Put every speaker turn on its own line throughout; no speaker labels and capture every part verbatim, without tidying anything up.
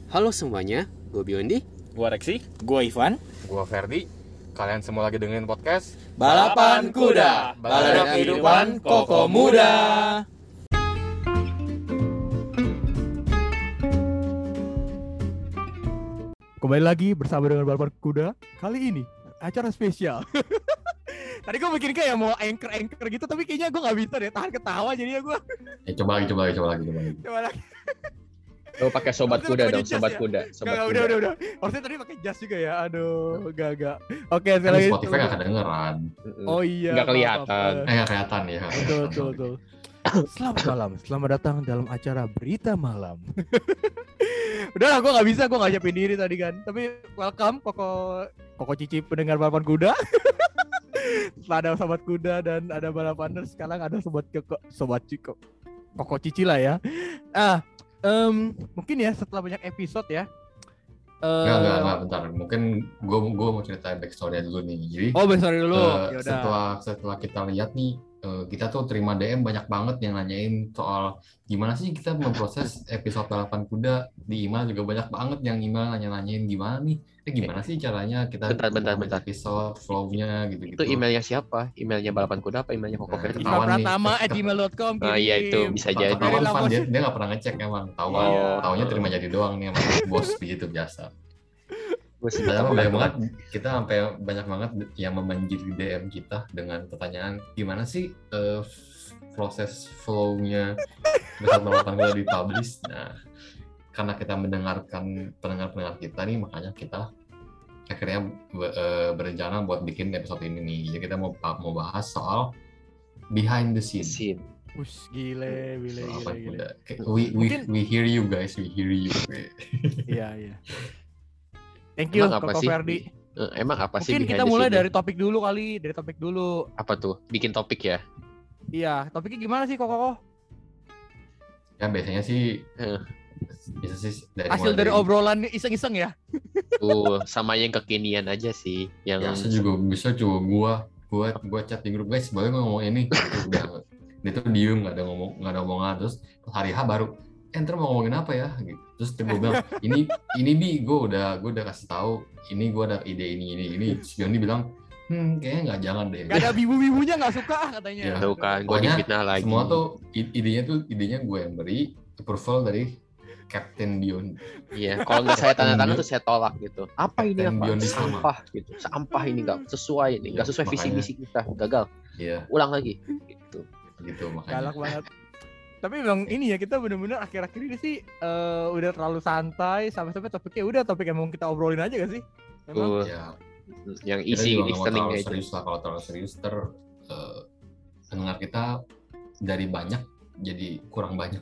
Halo semuanya, gue Biondi.
Gua Reksi.
Gua Ivan.
Gua Ferdi. Kalian semua lagi dengerin podcast
Balapan Kuda, balada kehidupan Koko Muda.
Kembali lagi bersama dengan Balapan Kuda. Kali ini acara spesial. Tadi gue bikin kayak mau anchor-anchor gitu, tapi kayaknya gue gak bisa deh tahan ketawa jadinya gue.
Eh coba lagi, coba lagi, coba lagi, coba lagi.
Coba lagi.
Lo pakai sobat
Harusnya
kuda
pakai
dong,
jas
sobat
ya?
kuda, sobat
Gak,
kuda.
udah, udah, udah. Harusnya tadi pakai jas juga ya. Aduh, gak, gak. Oke, sekali
Kan
lagi.
Spotify gak kedengeran.
Mm-mm.
Oh iya.
Nggak
maaf,
kelihatan.
maaf.
Eh gak kelihatan ya.
Betul, betul, betul. Selamat malam, selamat datang dalam acara Berita Malam. Udah lah, gue gak bisa, gue gak siapin diri tadi kan. Tapi welcome, Koko Koko Cici pendengar Balapan Kuda. Setelah ada sobat kuda dan ada balapaners, sekarang ada sobat koko, sobat Ciko, Koko Cici lah ya. Ah, um, mungkin ya setelah banyak episode ya.
Enggak, enggak,
eh,
enggak, bentar. Mungkin gue gue mau cerita backstory dulu nih. Jadi
Oh, besar dulu.
eh,
Yaudah.
setelah setelah kita lihat nih, eh, kita tuh terima D M banyak banget yang nanyain soal gimana sih kita memproses episode balapan kuda. Di email juga banyak banget yang email nanya-nanyain gimana nih, eh gimana sih caranya kita
Bentar, bentar,
membuat
bentar.
episode flow-nya gitu-gitu.
Itu emailnya siapa? Emailnya Balapan Kuda apa emailnya Koko
Nah,
Ferdi?
ketahuan nih.
Pratama at gmail dot com.
Ah, iya, itu bisa jadi.
Ketahuan
Dari
Van, dia,
Lampus.
dia gak pernah ngecek emang. Tahu
Iya.
taunya terima jadi doang nih emang bos gitu biasa.
Gue sih
Padahal
tahu
banyak
banget.
banget kita sampai banyak banget yang memanggil D M kita dengan pertanyaan gimana sih eh, proses flow-nya besar balapan kuda dipublish. Nah, karena kita mendengarkan pendengar-pendengar kita nih, makanya kita akhirnya be- eh, berencana buat bikin episode ini nih. Jadi kita mau mau bahas soal behind the scene.
Scene.
Us, gile, gile, gile,
Balapan
gile.
kuda. Kayak, We, we,
Mungkin-
we hear you guys, we hear you.
Iya, iya. Thank you,
Emang apa
Koko
sih?
Ferdi.
Eh, emang apa sih
Mungkin
behind
kita
the
mulai
scene-nya?
dari topik dulu kali, dari topik dulu.
Apa tuh? Bikin topik ya?
Iya, topiknya gimana sih, Koko?
Ya biasanya sih
Eh.
bisa sih dari
Hasil
mulai
dari obrolan iseng-iseng ya?
Tuh, sama yang kekinian aja sih. Yang
Ya, saya juga bisa coba gua gua gua chat di grup, guys boleh nggak ngomong ini. Gitu, udah dia tuh diem nggak ada ngomong nggak ada omongan. Terus pas hari H baru eh ntar mau ngomongin apa ya gitu. Terus gue bilang ini ini bi gue udah gue udah kasih tahu ini gue ada ide ini ini ini. Terus Johnny bilang hmm kayaknya nggak, jangan deh.
Gak ada bibu-bibunya gak suka ah, katanya.
Ya.
Tuh kan, gue
Pokoknya
difitnah lagi.
Semua tuh i- idenya tuh idenya gue yang beri, approval dari Captain Dion.
Iya, kalau nggak saya tanda tangan tuh saya tolak gitu. Apa ini
Captain
apa?
Beyond the Summer.
Sampah gitu. Sampah ini nggak sesuai ini, nggak
Iya,
sesuai visi
makanya.
misi kita. Gagal.
Iya,
Ulang lagi. Gitu.
gitu makanya.
Galak banget. Tapi memang ini ya, kita bener-bener akhir-akhir ini sih eh, udah terlalu santai, sampai-sampai topiknya udah topik yang mau kita obrolin aja gak sih? Memang.
Tuh,
Ya,
yang
kita
isi
juga nggak mau
listening
terlalu
itu.
serius lah. Kalau terlalu serius ter eh, pendengar kita dari banyak jadi kurang banyak.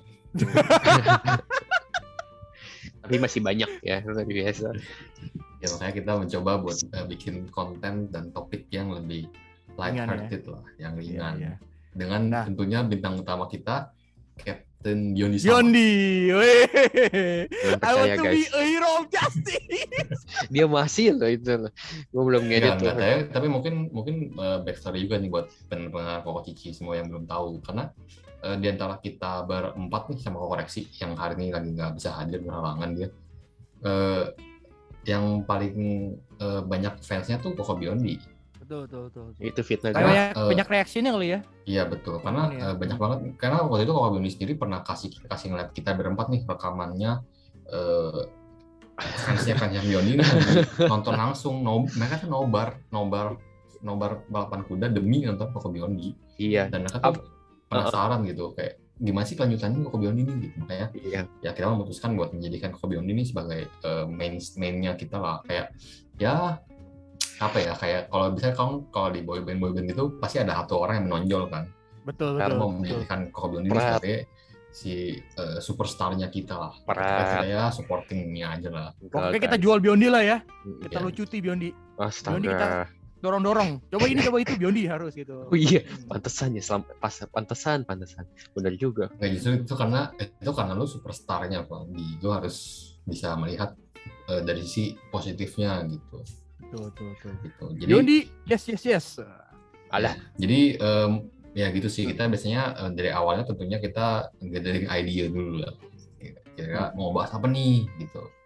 Tapi masih banyak ya, luar biasa.
Ya makanya kita mencoba buat eh, bikin konten dan topik yang lebih light hearted lah, yang ringan.
Iya, iya.
Dengan
Nah.
tentunya bintang utama kita Captain Yondi Sama.
Yondi, weh.
Belum
I want
percaya
to be
guys.
a hero of justice.
Dia masih loh itu loh. Gue belum ngedit
Enggak,
tuh.
enggak, tapi, tapi mungkin mungkin uh, backstory juga nih buat pendengar Koko Cici semua yang belum tahu, karena uh, di antara kita berempat nih sama Koko Reksi yang hari ini lagi nggak bisa hadir berhalangan dia, uh, yang paling uh, banyak fansnya tuh Koko Biondi.
Betul, betul, betul. betul.
Itu fitnah
Karena
gue.
banyak,
eh,
banyak reaksinya kali ya.
Iya betul, karena
Iya.
uh, banyak banget, karena waktu itu Koko Biondi sendiri pernah kasih kasih ngeliat kita berempat nih rekamannya. Uh, fansnya fansnya Biondi nih lagi nonton langsung, no, mereka tuh nobar nobar nobar balapan kuda demi nonton Koko Biondi.
Iya.
Dan mereka tuh penasaran gitu kayak gimana sih kelanjutannya Koko Biondi ini gitu. Makanya
Iya.
ya kita memutuskan buat menjadikan Koko Biondi ini sebagai uh, main mainnya kita lah, kayak ya apa ya, kayak kalau bisa kamu kalau di boyband boyband gitu pasti ada satu orang yang menonjol kan.
Betul,
Kita
betul.
mau
betul.
menjadikan Koko Biondi ini
Prat.
sebagai si uh, superstarnya kita lah.
Prat.
Kita ya supportingnya aja lah.
Pokoknya kita jual Biondi lah ya. Kita
Iya.
lucuti Biondi. Biondi kita-
Astaga.
Dorong-dorong. Coba ini, coba itu Biondi harus gitu.
Oh iya, pantesan ya, selam, pas pantesan, pantesan. Benar juga.
Nggak, justru itu karena itu karena lu superstarnya Pak. Di lu harus bisa melihat uh, dari sisi positifnya gitu.
Betul, betul, betul.
gitu. Jadi
Biondi, yes, yes, yes.
Alah,
jadi em, ya gitu sih, kita biasanya eh, dari awalnya tentunya kita gathering idea dulu lah. Kira-kira mau bahas apa nih gitu.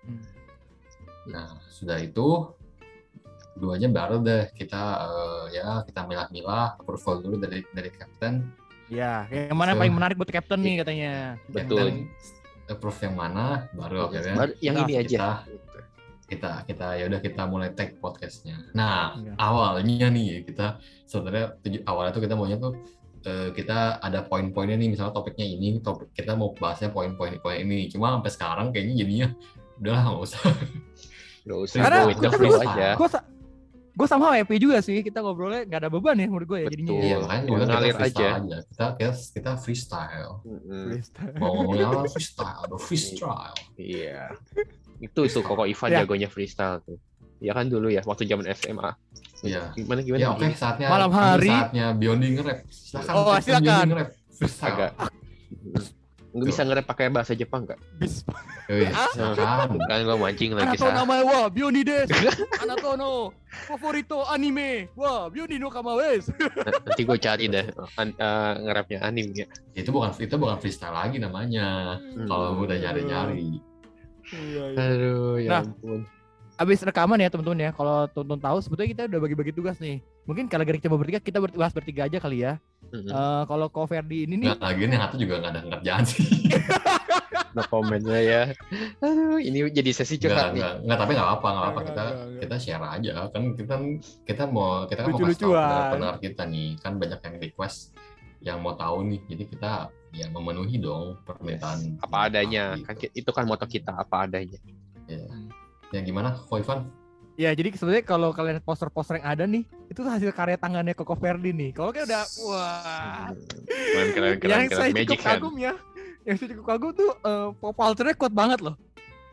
Hmm.
Nah, sudah itu keduanya baru deh kita uh, ya kita milah-milah approval dulu dari dari kapten.
Ya, yang mana
So,
paling menarik buat captain nih katanya.
Betul.
Captain approve yang mana baru akhirnya
Baru yang
Nah,
ini aja.
kita kita kita ya udah kita mulai take podcastnya. Nah,
Iya.
awalnya nih kita sebenarnya tuju- awalnya tuh kita maunya tuh eh, kita ada poin-poinnya nih, misalnya topiknya ini, topik kita mau bahasnya poin-poin poin ini. Cuma sampai sekarang kayaknya jadinya udahlah nggak usah.
Gak usah
Karena
go with the
kita
flow
freestyle.
aja.
Gue sa- gue sama happy juga sih, kita ngobrolnya nggak ada beban ya menurut gue ya jadinya.
Betul.
Iya,
Ya.
makanya
Ya,
gue bilang
ngalir
kita freestyle
aja.
aja. Kita kita, kita freestyle.
Mm-mm.
Freestyle.
Mau ngomongnya apa freestyle, atau freestyle.
Iya. Itu tuh Koko Ivan
Ya.
jagonya freestyle tuh. Ya kan dulu ya waktu zaman S M A.
Iya.
Gimana gimana?
Ya oke, saatnya
Malam
ini
hari.
saatnya Biondi nge-rap. Silakan.
Oh,
Captain
silakan.
Biondi nge-rap. Freestyle.
Agak. Nggak bisa nge-rap pakai bahasa Jepang nggak?
Bis.
Wih, silakan.
Kan gua mancing lagi
Anato
sah.
namae wa Biondi desu. Anato no favorito anime wa Biondi no kama wes.
Nanti gue cari deh an- eh, nge-rapnya anime ya.
Itu bukan itu bukan freestyle lagi namanya. Kalau gue udah nyari-nyari.
Iya, iya.
Aduh, ya
Nah.
ampun.
Abis rekaman ya teman-teman ya, kalau teman-teman tahu sebetulnya kita udah bagi-bagi tugas nih. Mungkin kalau gara cuma bertiga, kita ber- bahas bertiga aja kali ya.
Mm-mm.
Eh, kalau Ko Ferdi ini nih,
Nggak, lagi yang satu juga nggak ada kerjaan sih.
No comment lah ya. Aduh, ini jadi sesi
Nggak,
curhat nih.
nggak, nggak, tapi nggak apa, nggak apa.
Nggak,
Kita
nggak, nggak.
kita share aja kan. Kita kita mau kita kan mau kasih tahu
Lucu-lucuan.
pendengar kita nih. Kan banyak yang request yang mau tahu nih. Jadi kita ya memenuhi dong permintaan.
Apa adanya.
Gitu.
Kan ki- itu kan moto kita, apa adanya.
Ya. Yang gimana, Ko Ivan?
ya jadi sebenarnya kalau kalian lihat poster-poster yang ada nih, itu tuh hasil karya tangannya Koko Ferdi nih. Kalau kayak udah, wah.
Keren keren keren
yang
keren.
saya
Magic
cukup
hand.
kagum ya, yang saya cukup kagum tuh uh, pop culture-nya kuat banget loh.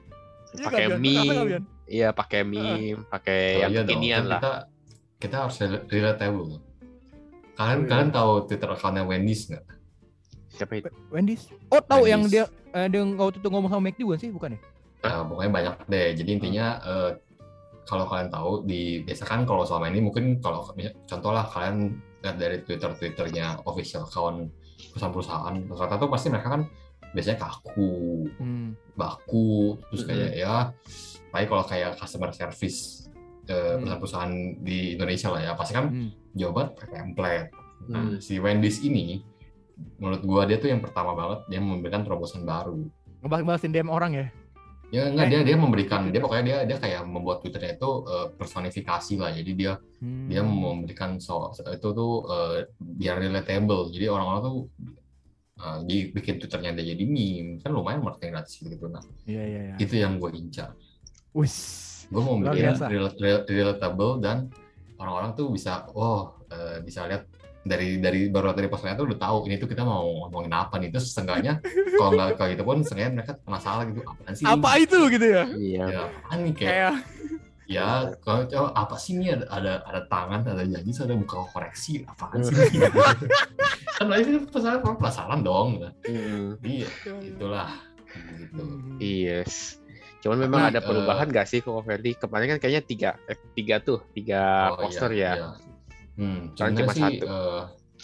Iya
Pakai
nggak, Bian?
meme.
Betul nggak, Bian?
Iya, pakai meme, pakai
Oh,
yang
iya dong,
kekinian
kan
lah.
Kita kita harus rel- relatable. Kalian
Oh, iya.
kalian tahu Twitter account-nya Wendy's nggak?
Siapa itu?
Wendy's. Oh tahu yang
Wendy's.
dia eh, dia waktu itu ngomong sama McD bukan sih, bukan ya?
Nah, pokoknya banyak deh. Jadi intinya eh, kalau kalian tahu di biasa kan kalau selama ini mungkin kalau contoh lah kalian lihat dari Twitter Twitternya official account perusahaan-perusahaan, rata-rata tuh pasti mereka kan biasanya kaku,
Hmm.
baku, terus
Mm-mm.
kayak ya, baik kalau kayak customer service eh,
Hmm.
perusahaan-perusahaan di Indonesia lah ya, pasti kan
Hmm.
jawaban pakai template. Nah,
Hmm.
si Wendy's ini menurut gua dia tuh yang pertama banget dia memberikan terobosan baru.
Ngebahas-bahasin D M orang ya.
Ya enggak,
Eh.
dia dia memberikan dia pokoknya dia dia kayak membuat Twitternya itu eh, personifikasi lah. Jadi dia
Hmm.
dia memberikan so, itu tuh eh, biar relatable. Jadi orang-orang tuh eh, di- bikin Twitternya dia jadi meme. Kan lumayan marketing gratis gitu. Nah,
Iya iya iya.
itu yang gue incar.
Wis.
Gue mau
Luar
bikin
biasa.
rel- rel- relatable dan orang-orang tuh bisa oh eh, bisa lihat dari dari baru dari posnya tuh udah tahu ini tuh kita mau ngomongin apa nih. Terus setengahnya kalau nggak kayak gitu pun setengahnya mereka penasaran gitu apaan sih ini?
Apa itu gitu ya?
Iya.
Ya apaan nih kayak
Kayak
ya kalau oh, apa sih ini ada ada ada tangan ada janji ada buka koreksi apaan sih
Hmm.
ini? Kan lagi penasaran orang penasaran dong. Nah,
Mm-mm.
iya itulah gitu.
Yes. Cuman memang
Tapi,
ada perubahan
eh,
nggak sih Koko Ferdi? Kemarin kan kayaknya tiga, eh, tiga tuh, tiga
Oh,
poster
iya,
ya.
iya. Hmm,
Sekarang
sebenarnya
cuma
sih
satu.
eh,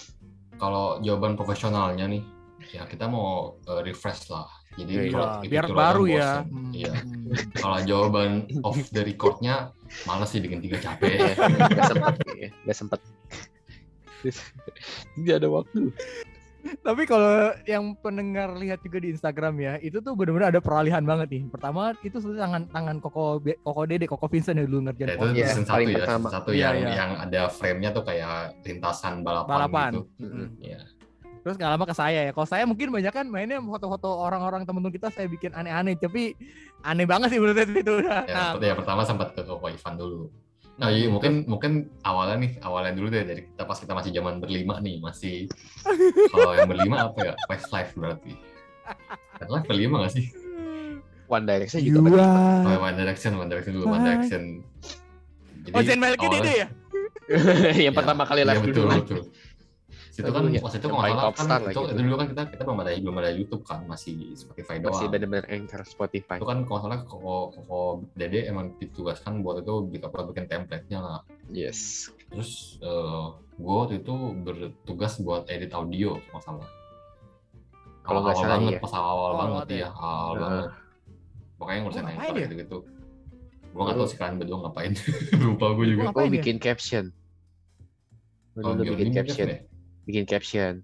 kalau jawaban profesionalnya nih ya kita mau eh, refresh lah. Jadi
Iya,
kalau
ya,
itu
biar
tuh
baru
bosen.
ya. Hmm.
Iya.
Hmm.
Kalau jawaban off the record-nya malas sih bikin tiga capek.
Iya, nggak sempet, iya, nggak sempet. Tidak ada waktu.
Tapi kalau yang pendengar lihat juga di Instagram ya, itu tuh benar-benar ada peralihan banget nih. Pertama itu sebenarnya tangan tangan Koko Be- Koko Dede, Koko Vincent yang dulu ngerjain
Ya, itu
podcast.
Iya,
season satu
paling
ya,
pertama.
season satu
Iya,
yang
iya.
yang ada frame-nya tuh kayak lintasan balapan,
Balapan.
gitu.
Mm-mm.
Iya.
Terus nggak lama ke saya ya. Kalau saya mungkin banyak kan mainnya foto-foto orang-orang temen-temen kita saya bikin aneh-aneh, tapi aneh banget sih menurut saya itu. Nah,
Ya, seperti yang pertama sempat ke Koko Ivan dulu. Nah, iya, mungkin mungkin awalnya nih, awalnya dulu deh dari kita pas kita masih zaman berlima nih, masih kalau yang berlima apa ya? Westlife berarti. Westlife berlima nggak sih?
One Direction
you
juga bener.
Oh,
are...
One Direction, One Direction dulu, One
Bye.
Direction. Jadi,
Oh, Zayn Malik
awalnya-
Dede ya?
Yang pertama kali
iya,
live
betul,
dulu.
betul. Itu kan
Aduh, ya,
waktu itu
yang
kalau nggak
paling
salah
top
kan
star
itu,
lagi
itu
tuh.
dulu kan kita kita belum ada belum ada YouTube kan, masih Spotify doang.
Masih bener-bener anchor Spotify.
Itu kan kalau nggak salah Koko Koko Dede emang ditugaskan buat itu bikin buat bikin template-nya lah.
Yes.
Terus eh gue waktu itu bertugas buat edit audio kalau nggak salah.
Kalau nggak
Awal-awal
salah,
banget,
iya.
pas awal-awal
Oh,
banget
banget
ya,
ya.
awal
Heeh.
banget. pokoknya ngurusin
Oh, ngapain
anchor
dia?
gitu-gitu. Gue nggak tahu sih kalian berdua ngapain. Lupa gue juga.
Ngapain
Gue
dia?
bikin caption. Gue
Oh,
dulu
Biondi
bikin
mungkin
caption.
ya?
Bikin caption.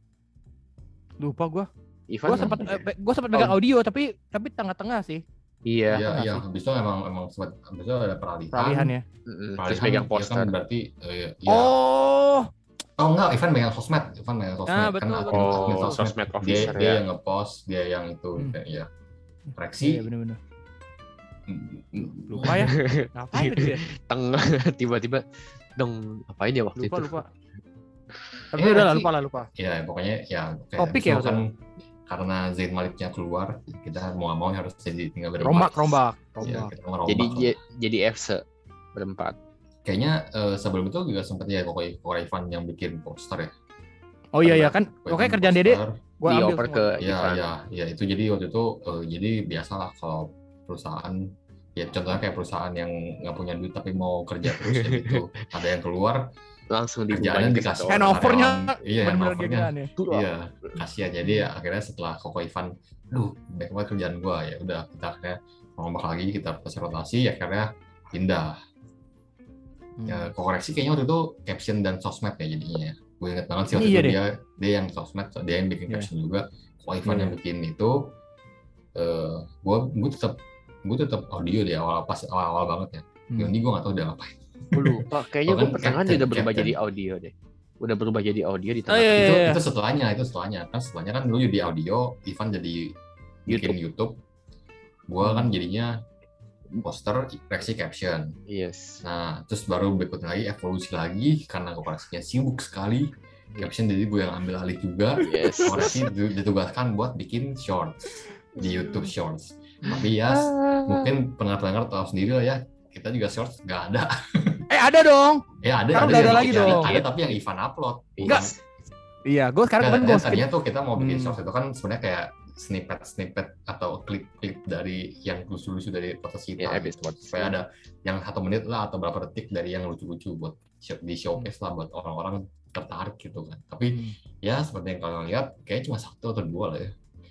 Lupa gua.
Ivan
Gua
nggak
sempat
bikin.
eh, gua sempat pegang audio tapi tapi tengah-tengah sih.
Iya.
Iya,
nggak
iya.
sih?
Habis itu emang emang sempat habis itu ada peralihan.
Peralihan ya.
Mm-mm. Terus
Peralihan,
pegang
ya
poster.
kan berarti eh, ya.
Oh.
Oh enggak, Ivan megang sosmed, Ivan megang sosmed.
Ah,
kan
betul,
admin,
betul.
admin
Oh,
sosmed.
sosmed
Dia,
officer
dia
ya.
yang ngepost, dia yang itu,
Hmm.
kayak ya.
Iya,
Reaksi.
benar-benar.
mm,
Lupa ya. Ngapain itu ya?
Tengah tiba-tiba dong apain ya waktu
Lupa
itu?
lupa. Tapi
Eh,
udah lah
nanti-
lupa lah lupa.
Ya pokoknya ya. kayak
Topik
habis
ya,
itu kan karena Zain Maliknya keluar, kita mau nggak mau harus jadi tinggal berempat.
Rombak rombak
Ya,
rombak.
kita ngerombak
Jadi
lah.
je- jadi F C berempat.
Kayaknya eh, sebelum itu juga sempat ya pokoknya pokoknya Ivan yang bikin poster ya.
Oh iya iya kan.
Pokoknya
Oke
Ivan
kerjaan Dede
poster.
gua ambil
Dioper
semua.
ke
Ya,
Ivan.
ya, ya itu jadi waktu itu eh, jadi biasalah kalau perusahaan ya contohnya kayak perusahaan yang nggak punya duit tapi mau kerja terus ya gitu. Ada yang keluar
Langsung
kerjaannya
dibebankan ke
dikasih
satu orang.
Handover-nya
karyawan. Iya,
bener-bener
handover-nya.
gini ya.
Iya, kasihan. Jadi ya, akhirnya setelah Koko Ivan, duh, baik banget kerjaan gua ya. Udah kita akhirnya ngombak lagi, kita rotasi rotasi, ya akhirnya pindah.
Hmm.
Ya, koreksi kayaknya waktu itu caption dan sosmed ya jadinya. Ya. Gue inget banget sih waktu
Iya
itu
deh.
dia dia yang sosmed, dia yang bikin
Iya.
caption juga. Koko Ivan
Iya.
yang bikin itu. Eh, gue gue tetap gue tetap audio di awal pas awal-awal banget ya.
Hmm.
Ini gue nggak tahu udah ngapain.
Gue lupa. Kayaknya
Oh,
gue
kan
pertengahan
Captain,
udah berubah
Captain.
jadi audio deh. Udah berubah jadi audio di
Oh,
tengah.
iya,
itu
iya.
itu setelahnya itu setelahnya kan setelahnya kan dulu jadi audio, Ivan jadi bikin YouTube, gua
Hmm.
kan jadinya poster, reaksi, caption.
Yes.
Nah terus baru berikutnya lagi evolusi lagi karena koreksinya sibuk sekali, caption jadi gue yang ambil alih juga.
Yes.
Koreksi di- ditugaskan buat bikin shorts di YouTube Shorts. Tapi ya mungkin pendengar-pendengar tahu sendiri lah ya, kita juga shorts nggak ada.
Eh ada dong.
Ya ada
Sekarang
ada
udah
yang
ada lagi
ada,
dong.
ada tapi yang Ivan upload.
Enggak.
Yes.
Iya, gue sekarang
Nggak,
kan
dan
gue
tadinya tuh kita mau bikin
Hmm.
shorts itu kan sebenarnya kayak snippet-snippet atau klip-klip dari yang lucu-lucu dari podcast kita
Ya,
gitu.
episode.
Supaya ada yang satu menit lah atau berapa detik dari yang lucu-lucu buat show- di showcase lah buat orang-orang tertarik gitu kan. Tapi
Hmm.
ya seperti yang kalian lihat kayaknya cuma satu atau dua lah ya.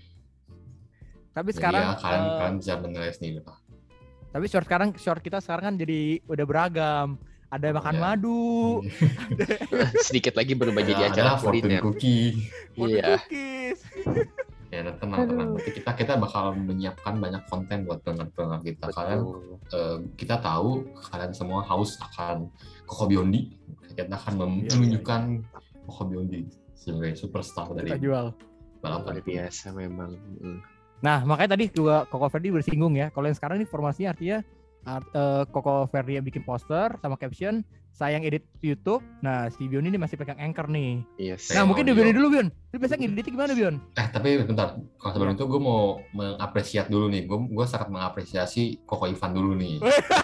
Tapi
Jadi
sekarang
ya kalian,
eh,
kalian bisa menilai sendiri lah.
tapi short sekarang short kita sekarang kan jadi udah beragam. Ada
Oh,
makan
ya.
madu,
Sedikit lagi berubah jadi
Ya,
acara
ada fortune
kuliner.
cookie.
food
Iya.
cookies.
Ya nah, tenang tenang. Nanti kita kita bakal menyiapkan banyak konten buat pendengar-pendengar kita. Kalian
Betul.
eh, kita tahu kalian semua haus akan Koko Biondi. Kita akan mem-
Iya, iya,
menunjukkan Koko Biondi sebagai superstar
Kita
dari
jual.
balapan.
Luar biasa memang. Mm.
Nah, makanya tadi juga Koko Ferdi bersinggung ya. Kalau yang sekarang ini formasinya artinya art, eh, Koko Ferdi yang bikin poster sama caption, saya yang edit YouTube. Nah, si Bion ini masih pegang anchor nih.
Yes.
Nah,
Saya
mungkin
audio.
di Bion dulu, Bion. Lu biasa ngeditnya gimana, Bion?
Eh tapi bentar, kalau sebelum itu gue mau mengapresiasi dulu nih. Gue gue sangat mengapresiasi Koko Ivan dulu nih.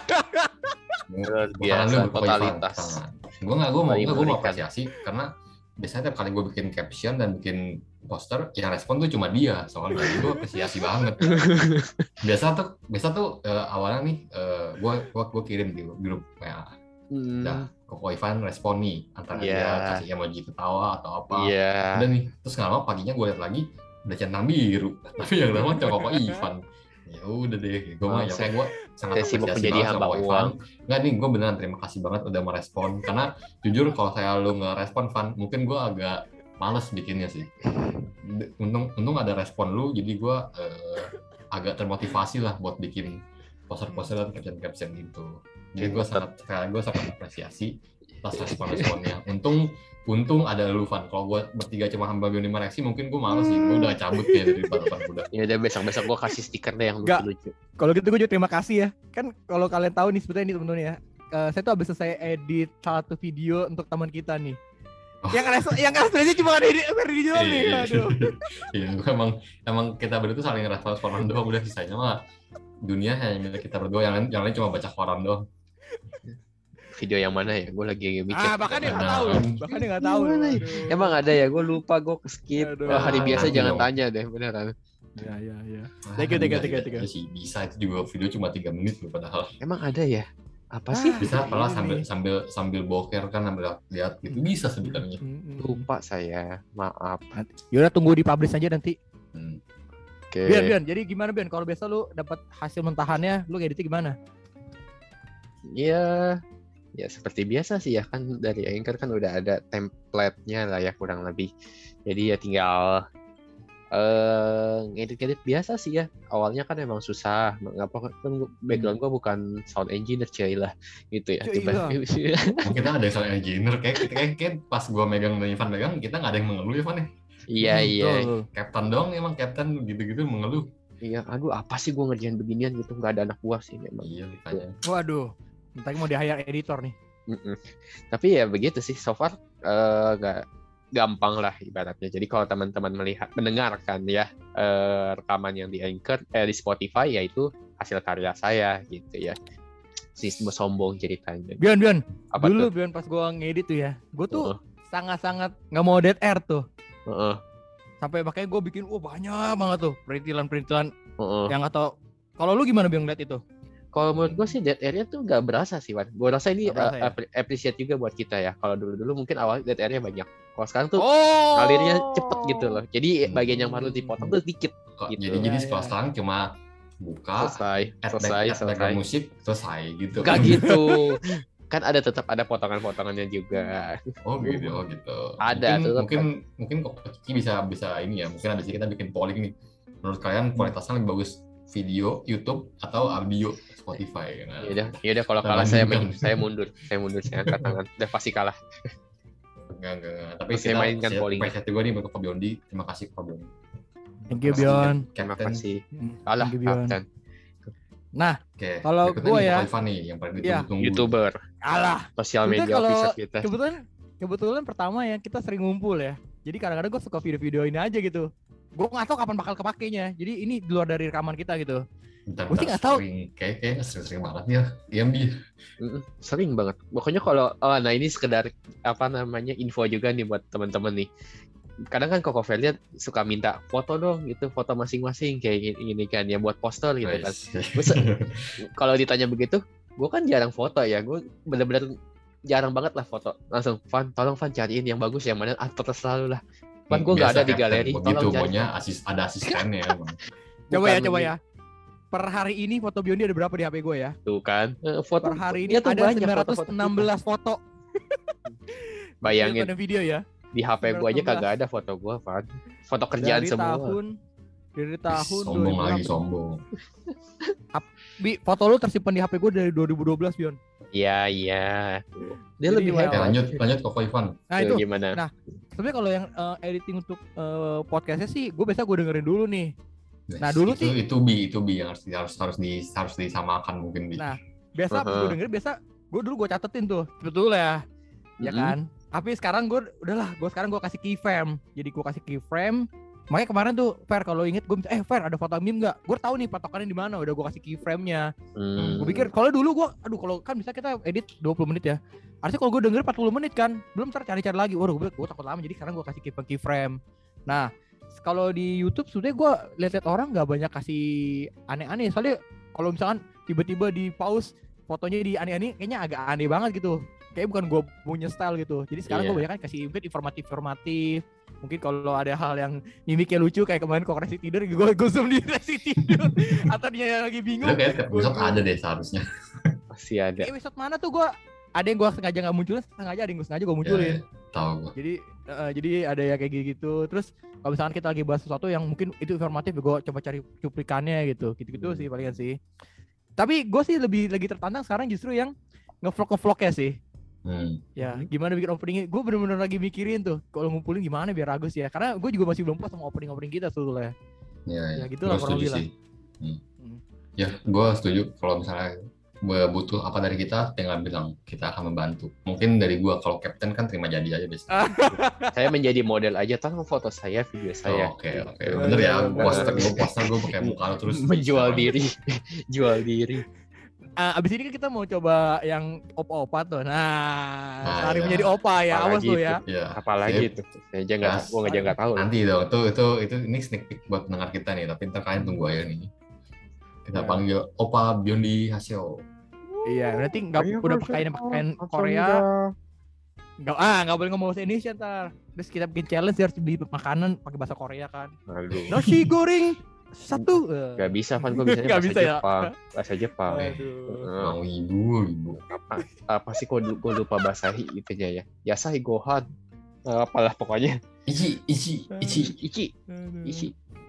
Luar
Bukan
biasa,
lu, Koko Ivan.
totalitas.
Gue nggak gue mau
Paling
nggak gue mau
mengerikan.
apresiasi karena biasanya tiap kali gue bikin caption dan bikin poster, yang respon tuh cuma dia. Soalnya gue apresiasi banget. Biasa tuh biasa tuh eh, awalnya nih gue gue gue kirim di grup kayak
Hmm.
Dah, Koko Ivan respon nih antara
Iya.
dia kasih emoji ketawa atau apa.
Iya.
Udah nih, terus nggak lama paginya gue liat lagi udah centang biru, tapi yang nama cuma Koko Ivan. Ya udah deh, gue mah ya kayak gue sangat
Saya sibuk
apresiasi
menjadi
banget sama
hamba
Koko
uang.
Ivan. Nggak nih, gue beneran terima kasih banget udah merespon. Karena jujur kalau saya lu nggak respon, Van, mungkin gue agak males bikinnya sih. Untung untung ada respon lu, jadi gue eh, agak termotivasi lah buat bikin poster-poster dan caption-caption gitu. Jadi gue sangat kayak gue sangat apresiasi atas respon-responnya. Untung untung ada lu Van. Kalau gue bertiga cuma hamba Bion lima reaksi mungkin gue males sih. Gue udah cabut ya dari balapan kuda.
Ya udah besok-besok gua kasih stiker deh yang
Nggak.
lucu-lucu.
Kalau gitu gue juga terima kasih ya. Kan kalau kalian tahu nih sebetulnya ini teman-teman ya. eh, saya tuh habis selesai edit satu video untuk teman kita nih.
Oh.
Yang res yang responnya cuma ada di Ferdi doang nih. Aduh.
Iya, gue emang emang kita berdua tuh saling respon-responan doang, udah sisanya mah dunia hanya milik kita berdua, yang lain yang lain cuma baca koran doang.
Video yang mana ya? Gua lagi mikir.
Ah, bahkan dia nggak
Nah.
tahu. Bahkan dia nggak tahu.
Gimana ya?
Aduh.
Emang ada ya? Gua lupa, gua skip.
Aduh.
Wah, hari biasa
Nanti
jangan
dong.
tanya deh, beneran.
Ya, ya, ya.
Ah,
Thank you, thank you,
enggak,
thank you,
iya,
thank you.
iya sih, bisa itu juga video cuma tiga menit loh padahal.
Emang ada ya? Apa
Ah.
sih?
Bisa apalah
Ini
sambil
nih.
sambil sambil boker kan sambil lihat gitu bisa sebenarnya.
Hmm, hmm.
Lupa saya. Maaf.
Yaudah tunggu di publish aja nanti.
Hmm.
Oke.
Bian, Bian, jadi gimana Bian? Kalau biasa lu dapat hasil mentahannya, lu ngeditnya gimana?
Ya, ya seperti biasa sih ya, kan dari Anchor kan udah ada template-nya lah ya kurang lebih. Jadi ya tinggal eh ngedit-ngedit biasa sih ya. Awalnya kan emang susah. Ngapa kan gua- background gua bukan sound engineer cuy lah gitu ya.
Cuy
Coba
lah.
Oh, kita ada soal engineer kayak kita kayak, kayak pas gua megang dan Ivan megang kita nggak ada yang mengeluh ya Van ya.
Iya
Hmm,
iya.
betul.
Captain dong emang Captain gitu-gitu mengeluh.
Iya, aduh apa sih gua ngerjain beginian gitu, nggak ada anak buah sih memang.
Iya makanya.
Waduh, bentar mau di hire editor nih.
Mm-mm. Tapi ya begitu sih, so far eh, nggak gampang lah ibaratnya. Jadi kalau teman-teman melihat, mendengarkan ya eh, rekaman yang di Anchor, eh, di Spotify, yaitu hasil karya saya gitu ya. Sistem sombong ceritanya.
Bian, Bian,
Apa
dulu
tuh?
Bian pas gua ngedit tuh ya, gua tuh
Heeh.
sangat-sangat nggak mau dead air tuh.
Heeh,
Sampai makanya gue bikin, wah banyak banget tuh perintilan-perintilan
heeh.
yang atau kalau lu gimana Bian ngeliat itu?
Kalau menurut gue sih dead area tuh nggak berasa sih, Wan. Gue rasa ini
Nggak berasa
eh,
ya?
appre- appreciate juga buat kita ya. Kalau dulu-dulu mungkin awal dead area banyak. Kalau sekarang tuh
Oh,
alirnya cepet gitu loh. Jadi
Hmm.
bagian yang harus dipotong tuh dikit.
Kok
Gitu.
jadi jadi
Ya,
sekolah
ya.
sekarang cuma buka
Selesai,
add
selesai,
back- add
selesai.
background musik selesai gitu.
Gak gitu. Kan ada tetap ada potongan-potongannya juga.
Oh gitu, oh gitu.
Ada,
mungkin,
tetap
mungkin mungkin kok Kiki bisa bisa ini ya. Mungkin ada sih kita bikin polling nih. Menurut kalian kualitasnya lebih bagus video YouTube atau audio Spotify? Nah,
Yaudah, yaudah kalau
Kita
kalah saya
bandingkan.
men- saya mundur, saya mundur, saya angkat tangan. Udah pasti kalah.
enggak, enggak, enggak. Tapi
Oke,
kita
mainkan
saya
polling.
appreciate juga nih untuk Pak Biondi. Terima kasih Pak Biondi.
thank you Bian.
Terima
Captain.
kasih.
Hmm,
Alah,
thank you, Bian.
kapten.
Oke.
Kalau
berikutnya
gua
nih,
ya,
Pak Ivan nih yang paling
ya,
ditunggu-tunggu.
YouTuber,
Alah,
sosial
Kebetulan
media
kalau-
officer kita.
kebetulan kebetulan pertama ya kita sering ngumpul ya. Jadi kadang-kadang gue suka video-video ini aja gitu. Gue nggak tahu kapan bakal kepakainya. Jadi ini di luar dari rekaman kita gitu.
Bentar,
Gua sih
bentar,
nggak tahu.
sering. Kayak kayaknya sering-sering banget ya. Iya, Bi.
Mm-mm, sering banget. Pokoknya kalau oh, nah ini sekedar apa namanya info juga nih buat teman-teman nih. Kadang kan Koko Valiant suka minta foto dong gitu, foto masing-masing kayak gini, gini kan ya buat poster gitu kan. Gua se- Kalau ditanya begitu, gue kan jarang foto ya. Gue bener-bener jarang banget lah foto. Langsung, Van, tolong Van cariin yang bagus yang mana ah, terus selalu lah. Van, gue nggak
Biasa
ada di
Captain,
galeri.
begitu,
Tolong cari.
pokoknya asis, ada asistennya. Bang.
Coba
Bukan
ya, coba
ini.
ya. Per hari ini foto Biondi ada berapa di H P gue ya?
Tuh kan. Eh, foto
Per hari ini
dia tuh
ada
banyak
sembilan ratus
foto-foto
enam belas foto.
kita. Bayangin
Ada video ya.
di H P gue aja kagak ada foto gue, Van. Foto kerjaan
Dari
semua.
tahun dari tahun
Sombong lagi,
dua ribu delapan.
sombong.
Bi, foto lu tersimpan di H P gue dari dua ribu dua belas, Bion.
Iya, iya. Tuh. Dia
Jadi
lebih
wow.
Ya,
hebat.
lanjut, lanjut Koko Ivan.
Nah,
Tuh,
itu.
gimana?
Nah, Sebenarnya kalau yang eh, editing untuk eh, podcastnya sih, gue biasa gue dengerin dulu nih. Nah, dulu
itu,
sih-
itu bi, itu bi yang harus harus harus di harus disamakan mungkin bi.
Nah, Biasa pas gue
Uh-huh.
dengerin, biasa gue dulu gue catetin tuh, betul ya, ya
Mm-mm.
kan. Tapi sekarang gue udahlah, gue sekarang gue kasih keyframe. Jadi gue kasih keyframe. Makanya kemarin tuh, Fer kalau inget gue, eh Fer ada foto meme nggak? Gue tahu nih patokannya di mana. Udah gue kasih keyframe-nya.
Hmm.
Gue pikir kalau dulu gue, aduh kalau kan bisa kita edit dua puluh menit ya. Harusnya kalau gue denger empat puluh menit kan, belum ntar cari-cari lagi. Waduh, gue, gue takut lama. Jadi sekarang gue kasih keyframe keyframe. Nah, kalau di YouTube sebenarnya gue lihat-lihat orang nggak banyak kasih aneh-aneh. Soalnya kalau misalkan tiba-tiba di pause fotonya di aneh-aneh, kayaknya agak aneh banget gitu. Kayak bukan gue punya style gitu. Jadi sekarang gue
Iya.
banyak kan kasih mungkin informatif-informatif. Mungkin kalau ada hal yang mimiknya lucu kayak kemarin kok Resi tidur, gue gue zoom di Resi tidur. Atau dia lagi
Itu
bingung.
kayak tiap episode
Gua-
ada deh seharusnya.
Masih ada.
Episode mana tuh gue ada yang gue sengaja nggak munculin, sengaja ada yang gue sengaja gue munculin.
Ya, tahu gua.
Jadi eh, jadi ada ya kayak gitu. Terus kalau misalkan kita lagi bahas sesuatu yang mungkin itu informatif, gue coba cari cuplikannya gitu. Gitu-gitu
Hmm.
sih palingan sih. Tapi gue sih lebih lagi tertantang sekarang justru yang ngevlog ngevlognya sih.
Hmm.
Ya gimana bikin openingnya? Gue bener-bener lagi mikirin tuh kalau ngumpulin gimana biar bagus ya. Karena gue juga masih belum puas sama opening-opening kita sebetulnya.
Ya,
Ya
ya.
gitu
Gua
lah kurang
setuju
lebih lah.
sih. Hmm.
Hmm.
Ya, gue setuju kalau misalnya gue butuh apa dari kita, tinggal bilang kita akan membantu. Mungkin dari gue kalau captain kan terima jadi aja biasanya.
Saya menjadi model aja, tolong foto saya, video saya.
Oh, Oke oke, bener ya.
Bener.
Poster gue poster gue pakai muka lu terus.
Menjual diri, jual diri.
Ah, abis ini kan kita mau coba yang opa-opa tuh. Nah,
Ah,
sehari
iya.
menjadi opa ya, awas
Apalagi
lu
itu.
ya.
Ya.
Apalagi
sip.
itu. Saya aja nggak,
Gas.
gua aja nggak tahu.
Nanti dong, itu itu itu ini sneak peek buat pendengar kita nih. Tapi ntar kalian tunggu aja nih. Kita
Ya.
panggil Opa Biondi Hasil.
Iya, berarti nggak udah pakaian pakaian Korea. Nggak ah nggak boleh ngomong bahasa Indonesia ntar. Terus kita bikin challenge dia harus beli makanan pakai bahasa Korea kan.
Aduh.
Nasi goreng satu.
Gak bisa Van, gue bisanya
Nggak
bahasa
bisa ya?
Jepang. Bahasa Jepang.
Aduh.
Eh,
Mau ibu, ibu.
apa, apa sih gue gue lupa bahasa hi itunya ya. Yasai gohan. Eh, apalah pokoknya.
Ichi, ichi, ichi.
Ichi.
Aduh.
Ichi.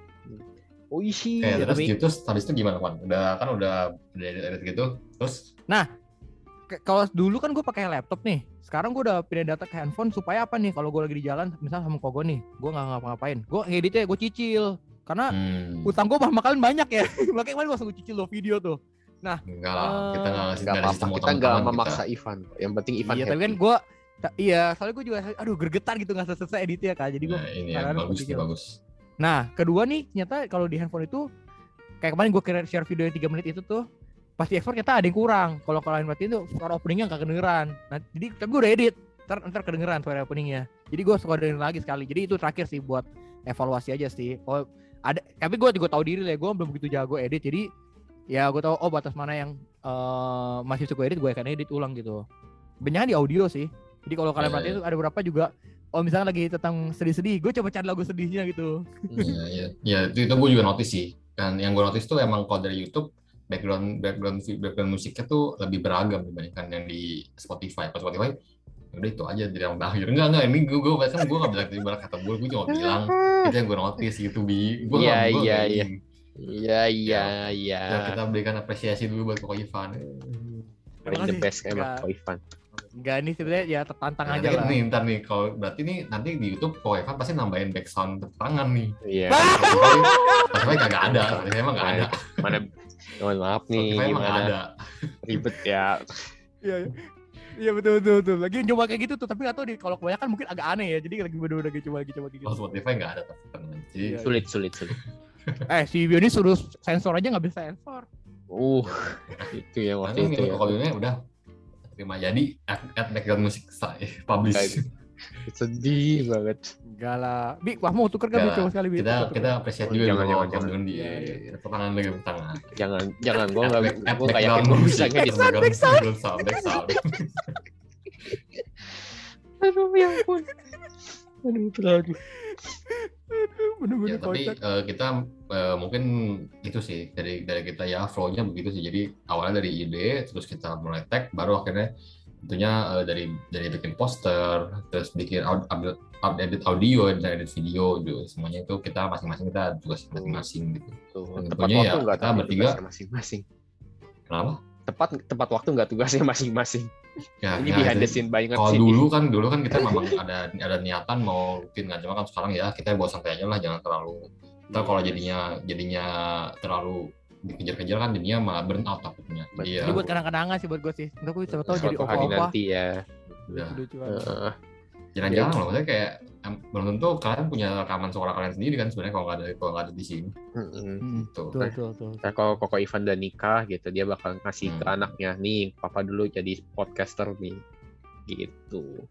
Oh Ichi.
Eh, terus
tapi-
gitu, habis itu gimana Wan? Udah kan udah udah edit gitu, terus
K- Kalau dulu kan gue pakai laptop nih. Sekarang gue udah pindah data ke handphone supaya apa nih? Kalau gue lagi di jalan, misalnya sama Kogo nih, gue nggak ngapa-ngapain. Gue ngeditnya gue cicil. Karena
hmm,
utang gue bakalan banyak ya. Makanya kemarin gue langsung cicil lo video tuh.
enggak lah, kita enggak ngasih
Gak
nggak ada
apa-apa,
sistem
kita nggak
utang-utangan
memaksa Ivan. Yang penting Ivan
Iya,
happy.
tapi kan gue iya, soalnya gue juga aduh gregetan gitu nggak selesai editnya kan. Jadi gue
Nah, ini ya,
kadang-kadang
bagus
cicil.
nih, bagus.
Nah, kedua nih, ternyata kalau di handphone itu kayak kemarin gue share video yang tiga menit itu tuh pas di export ternyata ada yang kurang. Kalau kalian perhatiin tuh suara openingnya nggak kedengeran. Nah, jadi tapi gue udah edit, ntar ntar kedengeran suara openingnya. Jadi gue suka dengerin lagi sekali. Jadi itu terakhir sih buat evaluasi aja sih. Oh ada, tapi gue juga tahu diri lah, gue belum begitu jago edit. Jadi ya gue tahu oh batas mana yang uh, masih cukup edit, gue akan edit ulang gitu. Banyak di audio sih. Jadi kalau kalian
Ya,
perhatiin
ya.
tuh ada beberapa juga. Oh misalnya lagi tentang sedih-sedih, gue coba cari lagu sedihnya gitu.
Iya, iya. Ya, itu, itu gue juga notice sih. Kan yang gue notice tuh emang kalau dari YouTube background background background musiknya tuh lebih beragam dibandingkan yang di Spotify. Kalau Spotify ya udah itu aja dari yang terakhir. Enggak enggak ini gue gue bahkan gue nggak bilang ibarat kata gue gue cuma bilang itu yang gue notice gitu bi. Gue
Iya,
nggak gue
iya,
nggak
iya.
ini.
Iya iya iya.
Ya, kita berikan apresiasi dulu buat Koko Ivan.
Paling the
kasih.
best emang
Enggak.
Ko Ivan.
Enggak nih sebenarnya ya tertantang
Nah,
aja
ini
lah.
nih ntar nih kalau berarti nih nanti di YouTube Koko Ivan pasti nambahin background tangan nih.
Iya.
Spotify Spotify kagak ada, Spotify emang nggak ada.
Mana mohon maaf nih
Spotify emang nggak
gimana
ada.
ribet ya.
Iya. Iya betul betul betul. Lagi coba kayak gitu tuh, tapi nggak tahu di kalau kebanyakan mungkin agak aneh ya. Jadi lagi bener-bener lagi coba lagi coba kayak
Kalau
gitu.
Spotify nggak ada tapi tenang. Jadi
Iya.
Sulit sulit sulit.
Eh si Bio ini suruh sensor aja nggak bisa sensor.
Uh itu yang
Nah,
waktu
ini
itu ya.
Koko Ivan udah terima jadi add, add background musik saya publish.
Sedih banget.
Enggak lah. Bi, wah mau tuker kan Bi
Nggak
coba
lah.
sekali Bi.
Kita
Tuker,
kita
tuker.
appreciate
Oh,
juga
jangan,
nih
jangan,
kalau
jangan.
Don di
Iya, iya.
tangan lagi tangan.
Jangan jangan gua nggak
Add- add
gua nggak yakin
background
gua
musik,
bisa
add
ngedit.
background-
backsound.
background sound, backsound.
Aduh ya ampun. Aduh terlalu.
Bener-bener
Ya tapi
kocak.
eh, kita eh, mungkin itu sih dari dari kita ya flow-nya begitu sih. Jadi awalnya dari ide, terus kita mulai tag, baru akhirnya tentunya eh, dari dari bikin poster, terus bikin aud- upload up- edit audio dan edit video gitu. Semuanya itu kita masing-masing kita tugas masing-masing gitu.
Tuh,
Dan
tepat
tentunya
waktu
ya,
nggak
kita
tapi
bertiga.
tugasnya masing-masing.
Kenapa?
Tepat tepat waktu nggak tugasnya masing-masing.
Ya,
Ini
ya,
behind the
jadi-
scene banget
Kalau
sih.
dulu kan dulu kan kita memang ada ada niatan mau rutin kan, cuma kan sekarang ya kita bawa santai aja lah, jangan terlalu. Kita kalau jadinya jadinya terlalu dikejar-kejar kan jadinya malah burn out takutnya. Jadi ya,
Ini buat kenang-kenangan sih buat gue sih. Entar gue siapa tahu jadi
Suatu hari
opa-opa.
nanti ya.
udah.
Lucu
Eh,
banget.
eh,
Jarang-jarang loh, maksudnya kayak em, belum tentu kalian punya rekaman suara kalian sendiri kan sebenarnya kalau nggak ada kalau nggak ada di sini.
mm, mm.
Hmm,
Gitu.
Betul betul betul.
Nah, kalau Koko Ivan udah nikah gitu, dia bakal ngasih ke
Hmm.
anaknya, nih papa dulu jadi podcaster nih, gitu.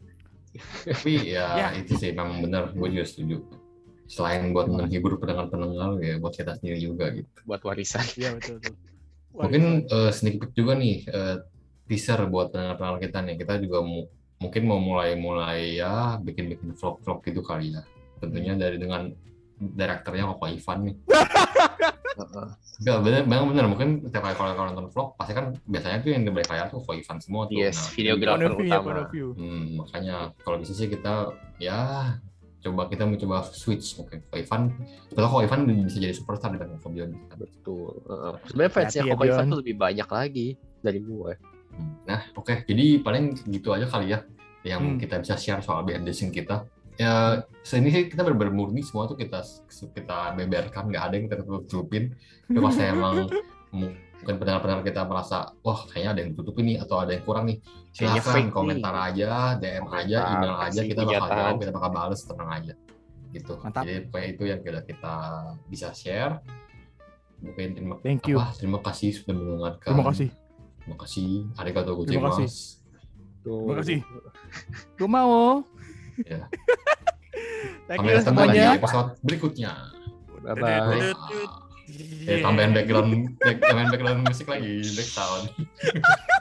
Tapi ya,
Ya.
itu sih memang benar, gue juga setuju. Selain buat menghibur pendengar-pendengar ya buat kita sendiri juga gitu.
Buat warisan.
Iya betul betul.
Mungkin eh, sneak peek juga nih eh, teaser buat pendengar-pendengar kita nih. Kita juga mu- mungkin mau mulai-mulai ya bikin-bikin vlog-vlog gitu kali ya. Tentunya dari dengan direkturnya Koko Ivan nih.
Heeh.
Enggak, bener, bener, bener. Mungkin setiap kali kalau nonton vlog pasti kan biasanya tuh yang di balik layar tuh Koko Ivan semua tuh.
Yes,
Nah,
videographer
Point of view ya,
utama.
point of view.
Hmm, makanya kalau bisa sih kita ya coba kita mencoba switch mungkin Koko Ivan. Kalau Koko Ivan bisa jadi superstar dengan Koko Bion.
Betul. Heeh. Sebenarnya fansnya
Hati ya,
Koko Ivan
Bion.
tuh lebih banyak lagi dari gue.
Nah, oke. Jadi paling gitu aja kali ya yang
Hmm.
kita bisa share soal behind the scene kita. Ya, sini sih kita benar-benar murni semua tuh kita kita beberkan, nggak ada yang kita tutup-tutupin. Tapi pas emang mungkin pendengar-pendengar kita merasa, wah kayaknya ada yang tutup ini atau ada yang kurang nih,
Kayaknya
silahkan
fake
komentar
nih.
aja, D M aja,
Komentar,
email aja,
kasih
kita bakal
kenyataan.
jawab, kita bakal bales, tenang aja. Gitu.
Mantap.
Jadi pokoknya itu yang kita, kita bisa share. Mungkin terima,
Thank you.
apa, terima kasih sudah mendengarkan.
Terima kasih.
Terima kasih. Arigatou
Terima kasih.
gozaimasu.
Tuh.
Terima kasih. Gue mau.
Ya.
Thank
Sampai
you
ketemu lagi di
semuanya.
episode berikutnya.
Bye-bye.
Eh, tambahin background, back, tambahin background musik lagi, back sound.